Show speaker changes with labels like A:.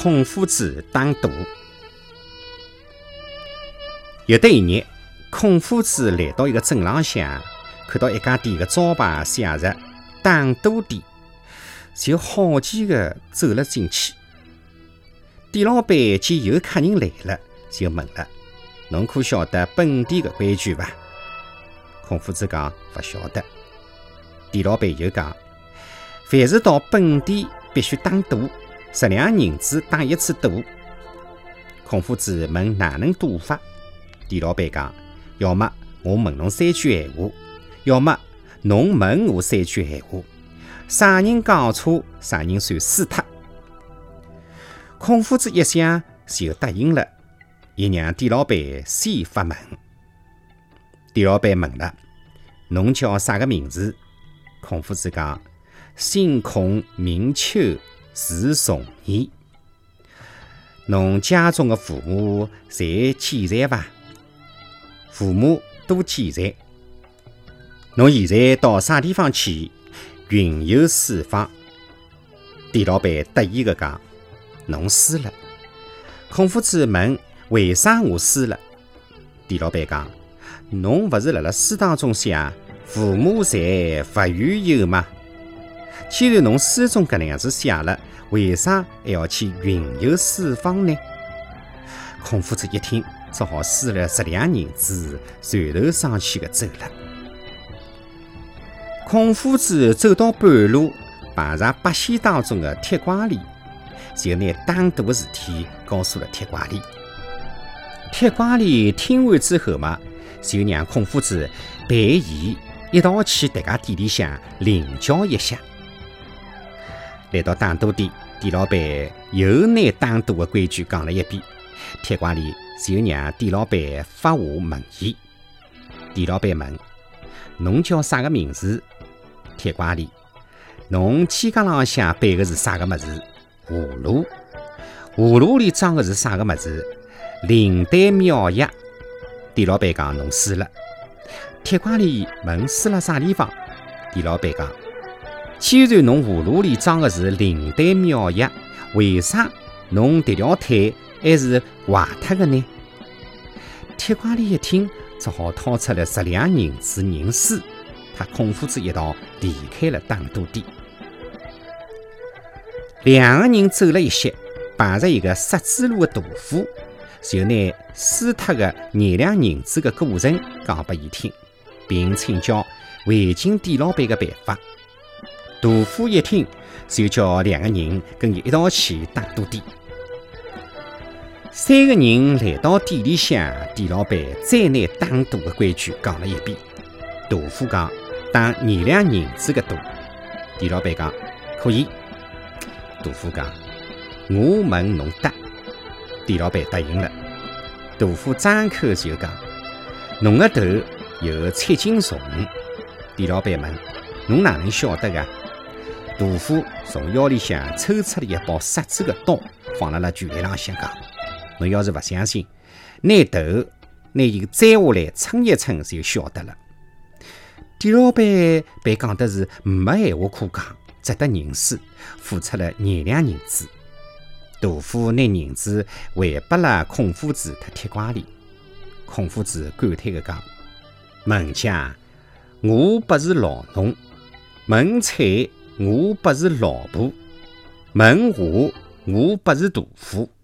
A: 孔夫子打赌。有的一日，孔夫子来到一个镇浪向，看到一家店的招牌写着“打赌店”，就好奇地走了进去。店老板见有客人来了，就问了：“侬可晓得本店的规矩伐？”孔夫子讲：“勿晓得。”店老板又讲：“凡是到本店必须打赌，10两银子打一次赌。”孔夫子问哪能赌法？店老板讲：“要么我问侬3句闲话，要么侬问我3句闲话，啥人讲错，啥人算输脱。”孔夫子一想就答应了，也让店老板先发问。店老板问了：“侬叫啥个名字？”孔夫子讲：“姓孔，名丘，字仲尼。侬家中的父母侪健在伐？”父母都健在。侬现在到啥地方去？云游四方。店老板得意地讲：“侬输了。”孔夫子问：“为啥我输了？”店老板讲：“侬勿是辣书当中写父母在，勿远游吗？既然侬书中搿能样子写了，为啥还要去云游四方呢？”孔夫子一听，只好输了10两银子，垂头丧气地走了。孔夫子走到半路，碰上八仙当中的铁拐李，就拿打赌的事体告诉了铁拐李。铁拐李听完之后嘛，就让孔夫子陪伊一道去迭家店里向领教一下。来到打赌店，店老板又拿打赌的规矩讲了一遍。铁拐李就让店老板发话问伊。店老板问：“侬叫啥个名字？”铁拐李：“侬肩胛浪向背的是啥个物事？”葫芦。葫芦里装的是啥个物事？灵丹妙药。店老板讲：“侬输了。”铁拐李问：“输了啥地方？”店老板讲：“既然侬葫芦里装的是灵丹妙药，为啥侬这条腿还是坏脱的呢？”铁拐李一听，只好掏出了10两银子认输，他孔夫子一道离开了打赌店。两个人走了一些，碰着一个杀猪猡的屠夫，就拿输脱的2两银子的过程讲给伊听，并请教回敬店老板的办法。屠夫一听，就叫2个人跟伊一道去打赌店。3个人来到店里向，店老板再拿打赌的规矩讲了一遍。屠夫讲：“打2两银子的赌。”店老板讲：“可以。”屠夫讲：“我问侬答。”店老板答应了。屠夫张口就讲：“侬的头有7斤重。”店老板问：“侬哪能晓得的？”屠夫从腰里向抽出了一把杀猪的刀，放辣了拳台浪向讲：“侬要是勿相信，拿头拿伊摘下来称一称就晓得了。”店老板被讲的是没闲话可讲，只得认输，付出了2两银子。屠夫拿银子还拨了孔夫子和铁拐李。孔夫子感叹地讲：“门家，我不是老农；门菜，我不是老婆；门下，我不是屠夫。